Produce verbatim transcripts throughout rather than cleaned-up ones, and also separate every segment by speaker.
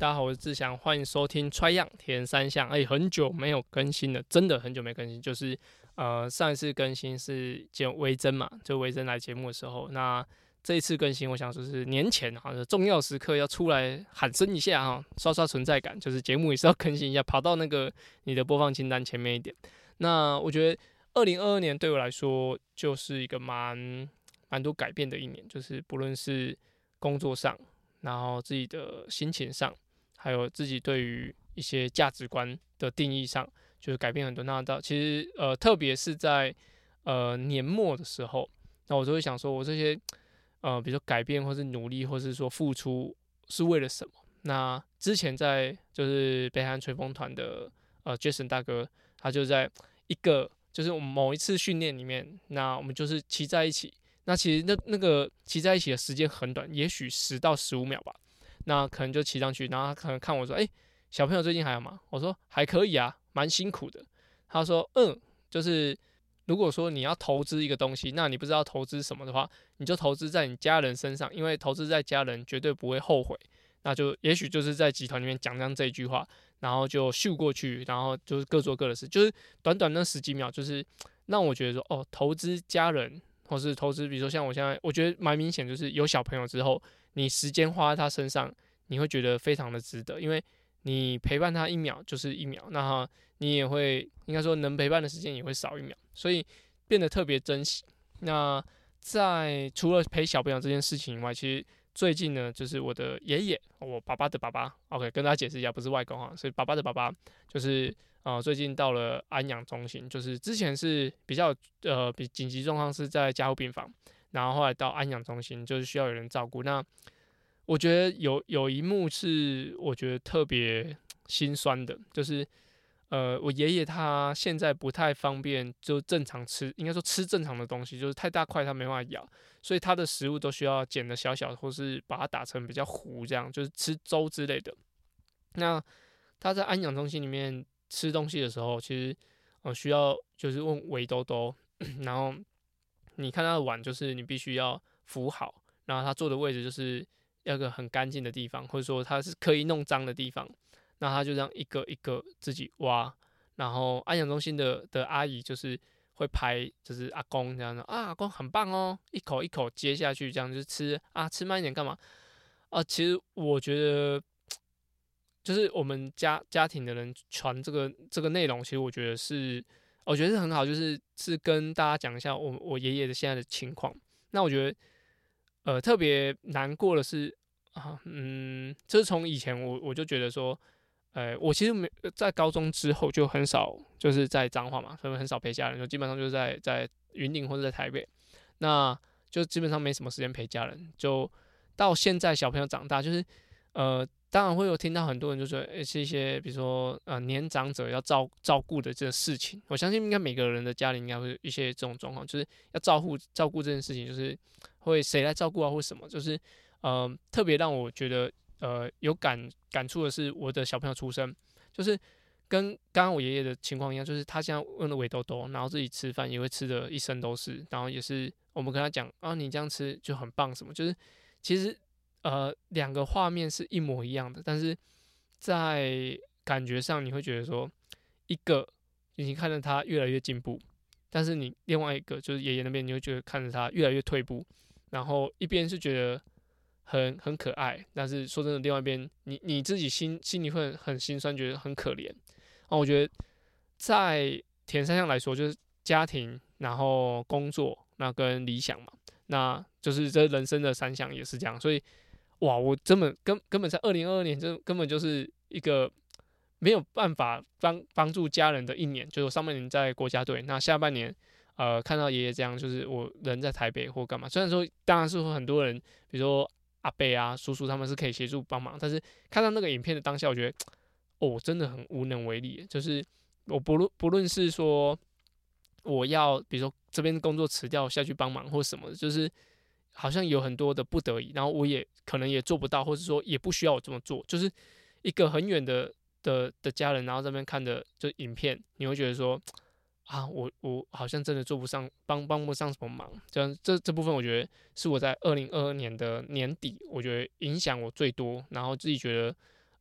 Speaker 1: 大家好，我是志祥，欢迎收听 Try 样田三项。哎、欸，很久没有更新了，真的很久没更新。就是呃，上一次更新是节微珍嘛，就微珍来节目的时候。那这一次更新，我想说是年前哈，重要时刻要出来喊声一下哈，刷刷存在感。就是节目也是要更新一下，跑到那个你的播放清单前面一点。那我觉得二零二二年对我来说就是一个蛮蛮多改变的一年，就是不论是工作上，然后自己的心情上。还有自己对于一些价值观的定义上，就是改变很多。那到其实呃，特别是在呃年末的时候，那我就会想说，我这些呃，比如说改变，或是努力，或是说付出，是为了什么？那之前在就是北海岸吹风团的呃 Jason 大哥，他就在一个就是我们某一次训练里面，那我们就是骑在一起。那其实那那个骑在一起的时间很短，也许十到十五秒吧。那可能就骑上去，然后他可能看我说：“哎、欸，小朋友最近还好吗？”我说：“还可以啊，蛮辛苦的。”他说：“嗯，就是如果说你要投资一个东西，那你不知道投资什么的话，你就投资在你家人身上，因为投资在家人绝对不会后悔。”那就也许就是在集团里面讲这样这一句话，然后就咻过去，然后就是各做各的事，就是短短那十几秒，就是让我觉得说：“哦，投资家人，或是投资，比如说像我现在，我觉得蛮明显，就是有小朋友之后。”你时间花在他身上，你会觉得非常的值得，因为你陪伴他一秒就是一秒，那你也会应该说能陪伴的时间也会少一秒，所以变得特别珍惜。那在除了陪小朋友这件事情以外，其实最近呢，就是我的爷爷，我爸爸的爸爸 ，OK， 跟大家解释一下，不是外公哈，所以爸爸的爸爸就是呃最近到了安养中心，就是之前是比较呃比紧急状况是在加护病房。然后后来到安养中心，就是需要有人照顾。那我觉得有有一幕是我觉得特别心酸的，就是呃，我爷爷他现在不太方便，就正常吃，应该说吃正常的东西，就是太大块他没办法咬，所以他的食物都需要剪得小小，或是把它打成比较糊，这样就是吃粥之类的。那他在安养中心里面吃东西的时候，其实呃需要就是问围兜兜，然后。你看他的碗，就是你必须要扶好，然后他坐的位置就是要个很干净的地方，或者说他是刻意弄脏的地方，那他就这样一个一个自己挖，然后安养中心的的阿姨就是会拍，就是阿公这样的啊，阿公很棒哦，一口一口接下去，这样就是吃啊，吃慢一点干嘛啊？其实我觉得，就是我们家家庭的人传这个这个内容，其实我觉得是。我觉得是很好，就是是跟大家讲一下我我爷爷的现在的情况。那我觉得，呃，特别难过的是啊，嗯，就是从以前我我就觉得说，呃，我其实没在高中之后就很少就是在彰化嘛，所以很少陪家人，就基本上就是在在云林或者在台北，那就基本上没什么时间陪家人。就到现在小朋友长大，就是呃。当然会有听到很多人就说，欸、是一些比如说呃年长者要照照顾的这个事情。我相信应该每个人的家里应该会有一些这种状况，就是要照顾照顾这件事情，就是会谁来照顾啊或什么，就是呃特别让我觉得呃有感感触的是我的小朋友出生，就是跟刚刚我爷爷的情况一样，就是他现在问了围兜兜，然后自己吃饭也会吃的一身都是，然后也是我们跟他讲啊你这样吃就很棒什么，就是其实。呃，两个画面是一模一样的，但是在感觉上你会觉得说，一个你看着他越来越进步，但是你另外一个就是爷爷那边，你会觉得看着他越来越退步，然后一边是觉得很很可爱，但是说真的，另外一边你你自己心心里会很很心酸，觉得很可怜。啊，我觉得在田三项来说，就是家庭，然后工作，那跟理想嘛，那就是这人生的三项也是这样，所以。哇，我根本根根本在二零二二年，这根本就是一个没有办法帮帮助家人的一年。就是我上半年在国家队，那下半年，呃，看到爷爷这样，就是我人在台北或干嘛。虽然说，当然是有很多人，比如说阿伯啊、叔叔他们是可以协助帮忙，但是看到那个影片的当下，我觉得，哦，真的很无能为力。就是我不论不论是说我要，比如说这边工作辞掉下去帮忙或什么的，就是。好像有很多的不得已，然后我也可能也做不到，或者说也不需要我这么做，就是一个很远的的的家人，然后这边看的就影片，你会觉得说啊，我我好像真的做不上，帮帮不上什么忙。这样这这部分，我觉得是我在二零二二年的年底，我觉得影响我最多，然后自己觉得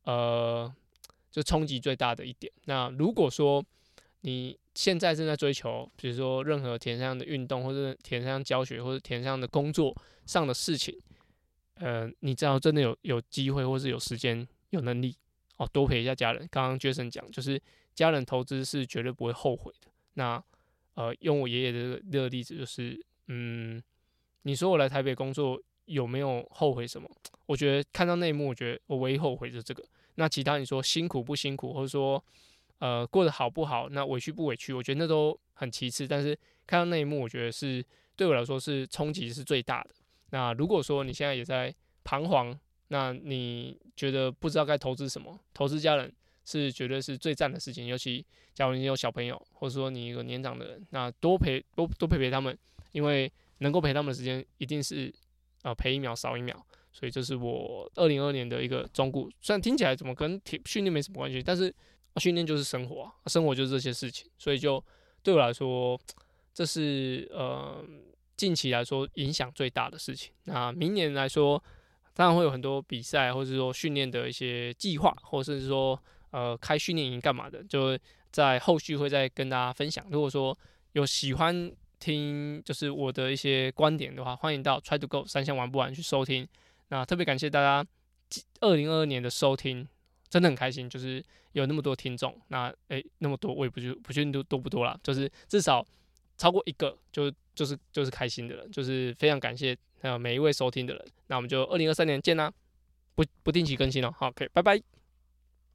Speaker 1: 呃，就冲击最大的一点。那如果说你现在正在追求，比如说任何田上的运动，或者田上教学，或者田上的工作上的事情，呃，你只要真的有有机会，或是有时间、有能力，哦，多陪一下家人。刚刚 Jason 讲，就是家人投资是绝对不会后悔的。那呃，用我爷爷的这个例子，就是嗯，你说我来台北工作有没有后悔什么？我觉得看到那一幕，我觉得我唯一后悔就是这个。那其他你说辛苦不辛苦，或者说呃过得好不好，那委屈不委屈，我觉得那都很其次。但是看到那一幕，我觉得是对我来说是冲击是最大的。那如果说你现在也在彷徨，那你觉得不知道该投资什么，投资家人是绝对是最赞的事情。尤其假如你有小朋友，或者说你一个年长的人，那多陪多多陪陪他们，因为能够陪他们的时间一定是呃陪一秒少一秒。所以这是我二零二二年的一个忠告。虽然听起来怎么跟训练没什么关系，但是训练就是生活啊，生活就是这些事情。所以就对我来说，这是呃近期来说影响最大的事情。那明年来说，当然会有很多比赛，或者说训练的一些计划，或者是说呃开训练营干嘛的，就在后续会再跟大家分享。如果说有喜欢听就是我的一些观点的话，欢迎到 Try to Go 三项玩不完去收听。那特别感谢大家二零二二年的收听，真的很开心，就是有那么多听众。那诶、欸，那么多我也不确不确定多多不多啦，就是至少超过一个就就是就是开心的人，就是非常感谢呃每一位收听的人。那我们就二零二三年见啦，不不定期更新哦。好 ，OK， 拜拜。